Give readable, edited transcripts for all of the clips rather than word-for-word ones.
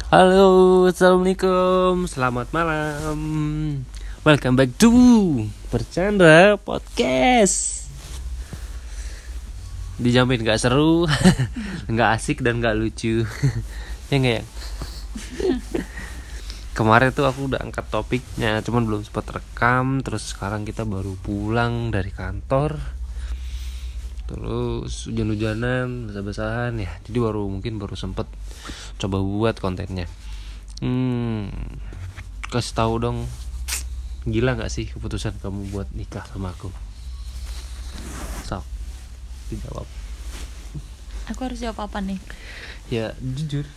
Halo, assalamualaikum, selamat malam. Welcome back to Bercanda Podcast. Dijamin gak seru, gak asik dan gak lucu. Ya gak ya? Kemarin tuh aku udah angkat topiknya, cuman belum sempat rekam. Terus sekarang kita baru pulang dari kantor, terus hujan-hujanan, basah-basahan ya. Jadi baru sempet coba buat kontennya. Kasih tahu dong, gila nggak sih keputusan kamu buat nikah sama aku? Sok, dijawab. Aku harus jawab apa nih? Ya jujur.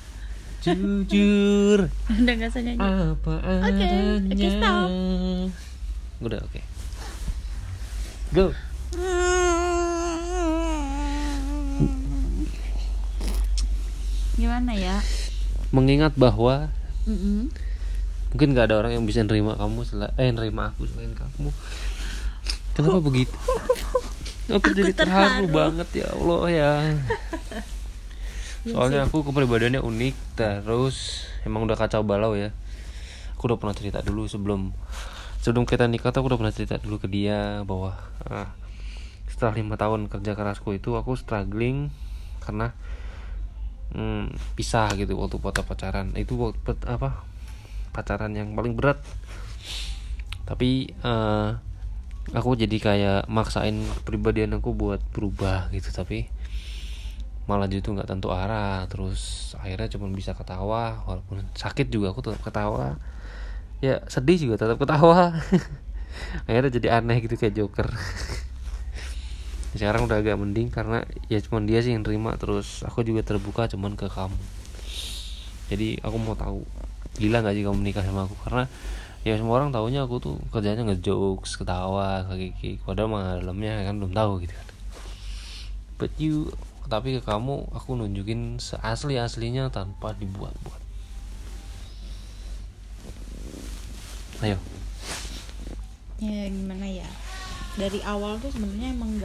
Udah nggak usah nyanyi. Apa adanya. Oke, stop. Udah oke. Go. Gimana ya? Mengingat bahwa mungkin gak ada orang yang bisa nerima aku selain kamu. Kenapa begitu? Aku jadi terharu banget, ya Allah ya. Soalnya aku kepribadiannya unik, terus emang udah kacau balau ya. Aku udah pernah cerita dulu sebelum kita nikah tuh, aku udah pernah cerita dulu ke dia bahwa setelah 5 tahun kerja kerasku itu aku struggling karena pisah gitu waktu pacaran. Itu pacaran yang paling berat. Tapi aku jadi kayak maksain kepribadian aku buat berubah gitu, tapi malah justru nggak tentu arah. Terus akhirnya cuma bisa ketawa, walaupun sakit juga aku tetap ketawa, ya sedih juga tetap ketawa. Akhirnya jadi aneh gitu kayak Joker. Sekarang udah agak mending karena ya cuma dia sih yang terima, terus aku juga terbuka cuman ke kamu. Jadi aku mau tahu, gila nggak sih kamu menikah sama aku? Karena ya semua orang taunya aku tuh kerjanya ngejokes, ketawa, kayak padahal mah dalamnya kan belum tahu gitu kan. Tapi ke kamu aku nunjukin seasli-aslinya tanpa dibuat-buat. Ayo. Ya gimana ya? Dari awal tuh sebenarnya emang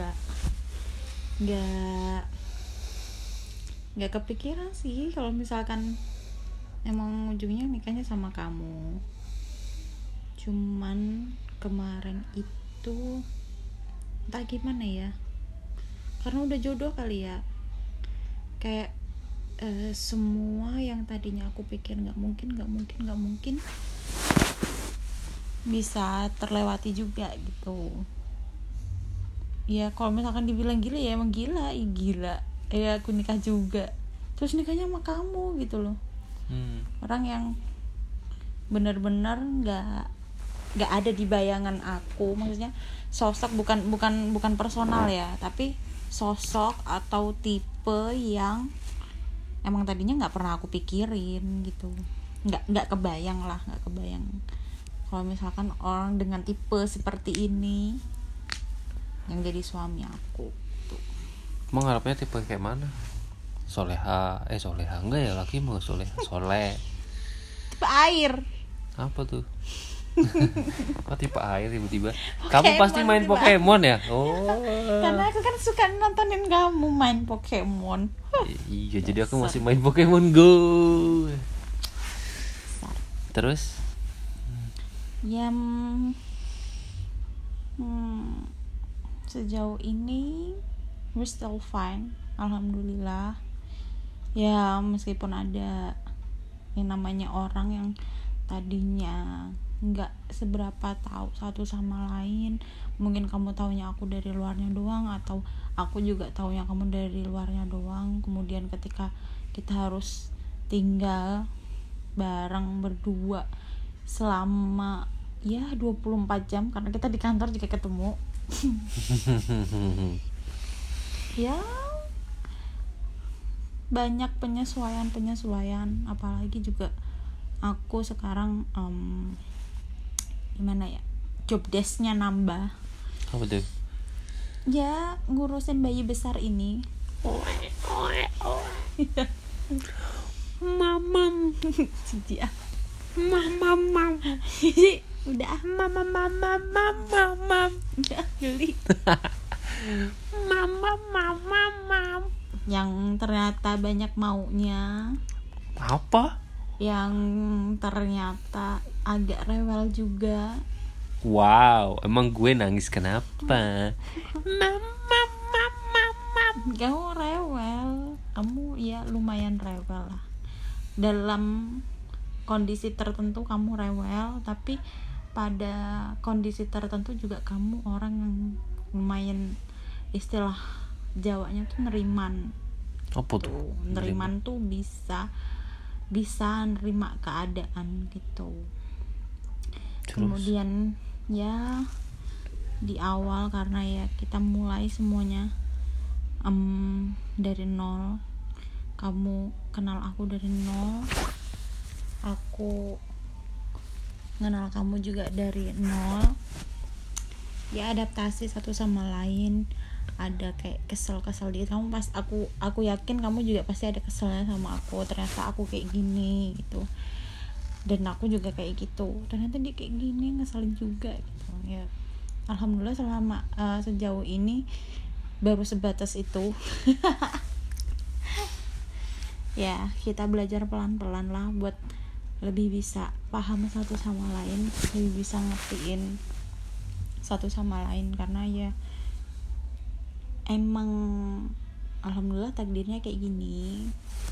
nggak kepikiran sih kalau misalkan emang ujungnya nikahnya sama kamu. Cuman kemarin itu entah gimana ya, karena udah jodoh kali ya. Kayak semua yang tadinya aku pikir nggak mungkin bisa terlewati juga gitu. Ya kalau misalkan dibilang gila ya emang gila. Ya aku nikah juga, terus nikahnya sama kamu gitu loh. Orang yang benar-benar nggak ada di bayangan aku. Maksudnya sosok bukan personal ya, tapi sosok atau tipe yang emang tadinya nggak pernah aku pikirin gitu. Nggak kebayang kalau misalkan orang dengan tipe seperti ini yang jadi suami aku tuh. Emang harapnya tipe kayak mana? Soleha enggak ya, laki mau soleh. Tipe air. Apa tuh? Kok tipe air tiba-tiba? Pokemon, Kamu pasti main Pokemon ya? Oh. Karena aku kan suka nontonin kamu main Pokemon. Iya, jadi aku masih main Pokemon Go. Terus? Ya, sejauh ini we're still fine, alhamdulillah. Ya meskipun ada yang namanya orang yang tadinya nggak seberapa tahu satu sama lain. Mungkin kamu taunya aku dari luarnya doang, atau aku juga taunya kamu dari luarnya doang. Kemudian ketika kita harus tinggal bareng berdua selama ya 24 jam karena kita di kantor juga ketemu. Ya banyak penyesuaian, apalagi juga aku sekarang gimana ya, job desk-nya nambah. Apa tuh? Ya ngurusin bayi besar ini. Mamam dia mamam udah mamam udah geli. Mamam yang ternyata banyak maunya. Apa? yang ternyata agak rewel juga. Wow, emang gue nangis kenapa? Mama. Kamu rewel, kamu ya lumayan rewel lah. Dalam kondisi tertentu kamu rewel, tapi pada kondisi tertentu juga kamu orang yang lumayan, istilah Jawanya tuh neriman. Apa tuh? Neriman tuh bisa nerima keadaan gitu. Terus? Kemudian ya di awal karena ya kita mulai semuanya dari nol. Kamu kenal aku dari nol, aku kenal kamu juga dari nol. Ya adaptasi satu sama lain, ada kayak kesel-kesel dikit. Kamu pas aku yakin kamu juga pasti ada keselnya sama aku, ternyata aku kayak gini gitu, dan aku juga kayak gitu, ternyata dia kayak gini, ngeselin juga gitu ya. Alhamdulillah selama sejauh ini baru sebatas itu. Ya kita belajar pelan-pelan lah buat lebih bisa paham satu sama lain, lebih bisa ngertiin satu sama lain, karena ya emang alhamdulillah takdirnya kayak gini,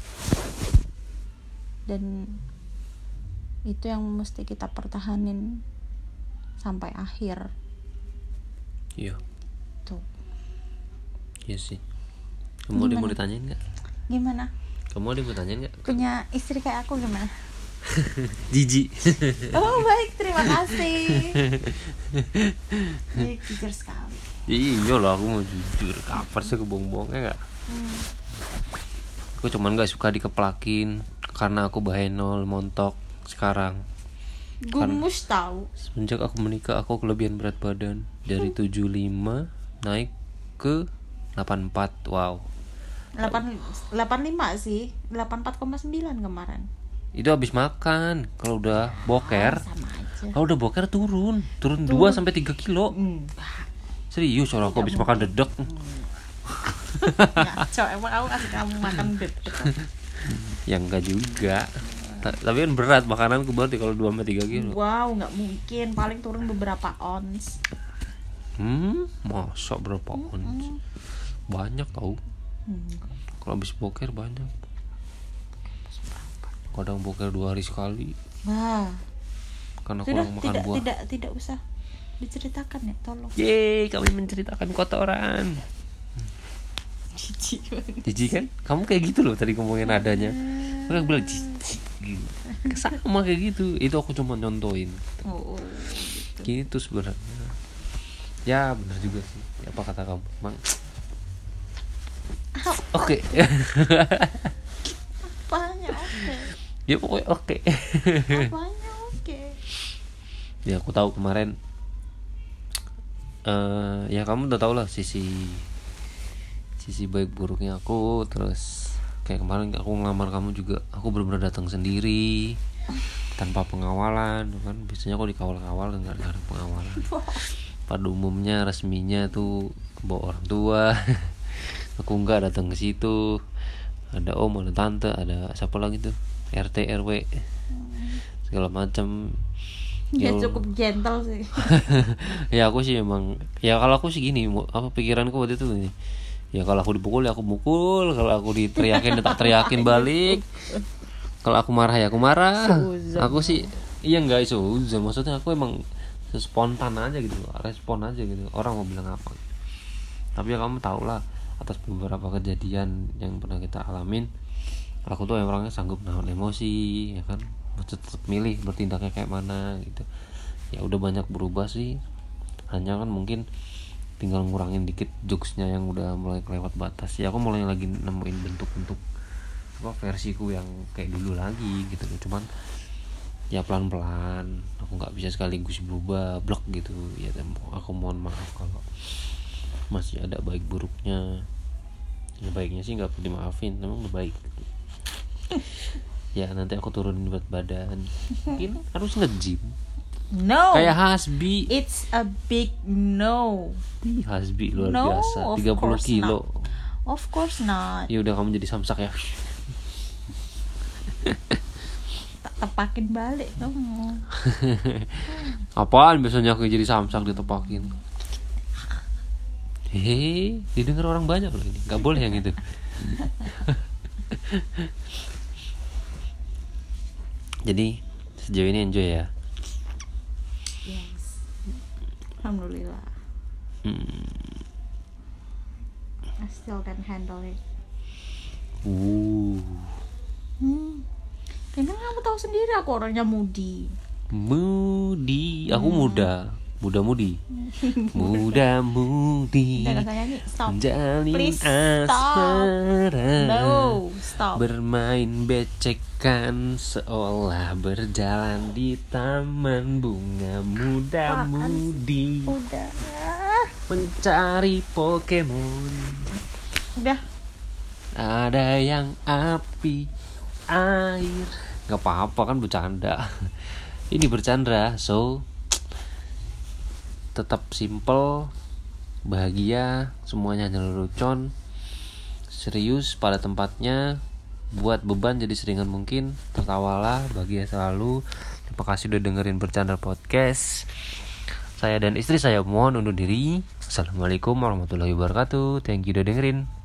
dan itu yang mesti kita pertahanin sampai akhir. Iya. Tuh. Iya sih. Kamu mau ditanyain nggak? Gimana? Kamu mau ditanyain nggak? Punya istri kayak aku gimana? Jijik. Oh baik, terima kasih. Baik, jujur sekali. Iya lah, aku mau jujur. Kapan sih kebohong-bohongnya nggak? Aku cuman nggak suka dikeplakin karena aku bahenol montok sekarang. Gumus tahu. Semenjak aku menikah, aku kelebihan berat badan dari 75 naik ke 84. Wow. 85 sih, 84,9 kemarin. Itu habis makan. Kalau udah boker, Sama aja. kalau udah boker turun 2 sampai 3 kilo. Serius, orang aku habis makan dedek. Ngaco, emang aku kasih kamu makan dedek. Ya enggak juga. Tapi kan berat makananku berarti kalau 2 sampai 3 kilo. Wow, nggak mungkin, paling turun beberapa ons. Masa berapa ons? Banyak tau. Kalau habis boker banyak. Kadang boker 2 hari sekali. Wah. Karena Sudah, kurang makan buah. tidak usah diceritakan ya, tolong. Yeay, kami menceritakan kotoran. Jijik banget. Jijik kan? Kamu kayak gitu loh tadi ngomongin adanya. Aku bilang jijik gitu. Sama kayak gitu. Itu aku cuma nyontoin. Oh. Gitu sebenarnya. Ya benar juga sih. Apa kata kamu? Mang. Oke. Apanya oke? Ya pokoknya oke. Apanya oke? Ya aku tahu kemarin. Ya kamu udah tau lah sisi baik buruknya aku. Terus kayak kemarin aku ngelamar kamu juga, aku benar-benar datang sendiri tanpa pengawalan kan. Biasanya aku dikawal-kawal, nggak ada pengawalan. Pada umumnya resminya tuh bawa orang tua. Aku nggak datang ke situ, ada om, ada tante, ada siapa lagi tuh, RT RW segala macam. Ya cukup gentle sih. Ya aku sih emang, ya kalau aku sih gini, apa pikiranku waktu itu nih, ya kalau aku dipukul ya aku mukul, kalau aku diteriakin ya tak teriakin balik, kalau aku marah ya aku marah. Aku sih iya nggak seuzon, maksudnya aku emang spontan aja gitu, respon aja gitu, orang mau bilang apa gitu. Tapi ya kamu tau lah, atas beberapa kejadian yang pernah kita alamin, aku tuh orangnya sanggup nahan emosi, ya kan, tetap milih bertindaknya kayak mana gitu. Ya udah banyak berubah sih, hanya kan mungkin tinggal ngurangin dikit jokesnya yang udah mulai kelewat batas. Ya aku mulai lagi nemuin bentuk-bentuk apa versiku yang kayak dulu lagi gitu. Cuman ya pelan-pelan, aku nggak bisa sekaligus berubah blok gitu ya. Aku mohon maaf kalau masih ada baik buruknya. Ya baiknya sih nggak perlu dimaafin, memang udah baik gitu. Ya nanti aku turunin berat badan, mungkin harus nge-gym. No. Kayak Hasbi. It's a big no. Hasbi luar No, biasa, of 30 course kilo. Of course not. Ya udah kamu jadi samsak ya. tepakin balik kamu. Apaan biasanya aku jadi samsak ditepakin. Hehe, didengar orang banyak loh ini. Gak boleh yang itu. Jadi sejauh ini enjoy ya. Yes. Alhamdulillah. I still can handle it. Ya kan kamu tahu sendiri aku orangnya moody. Aku muda-mudi. Muda-mudi. Udah gak nyanyi, stop. Menjalin Please stop. asmara. No, stop. Bermain becekan seolah berjalan di taman bunga. Muda-mudi. Udah. Mencari Pokemon. Udah. Ada yang api, air. Gak apa-apa kan bercanda. Ini bercanda, so tetap simple, bahagia, semuanya hanya lelucon, serius pada tempatnya, buat beban jadi seringan mungkin, tertawalah, bahagia selalu. Terima kasih udah dengerin Bercanda Podcast. Saya dan istri saya mohon undur diri. Assalamualaikum warahmatullahi wabarakatuh. Thank you udah dengerin.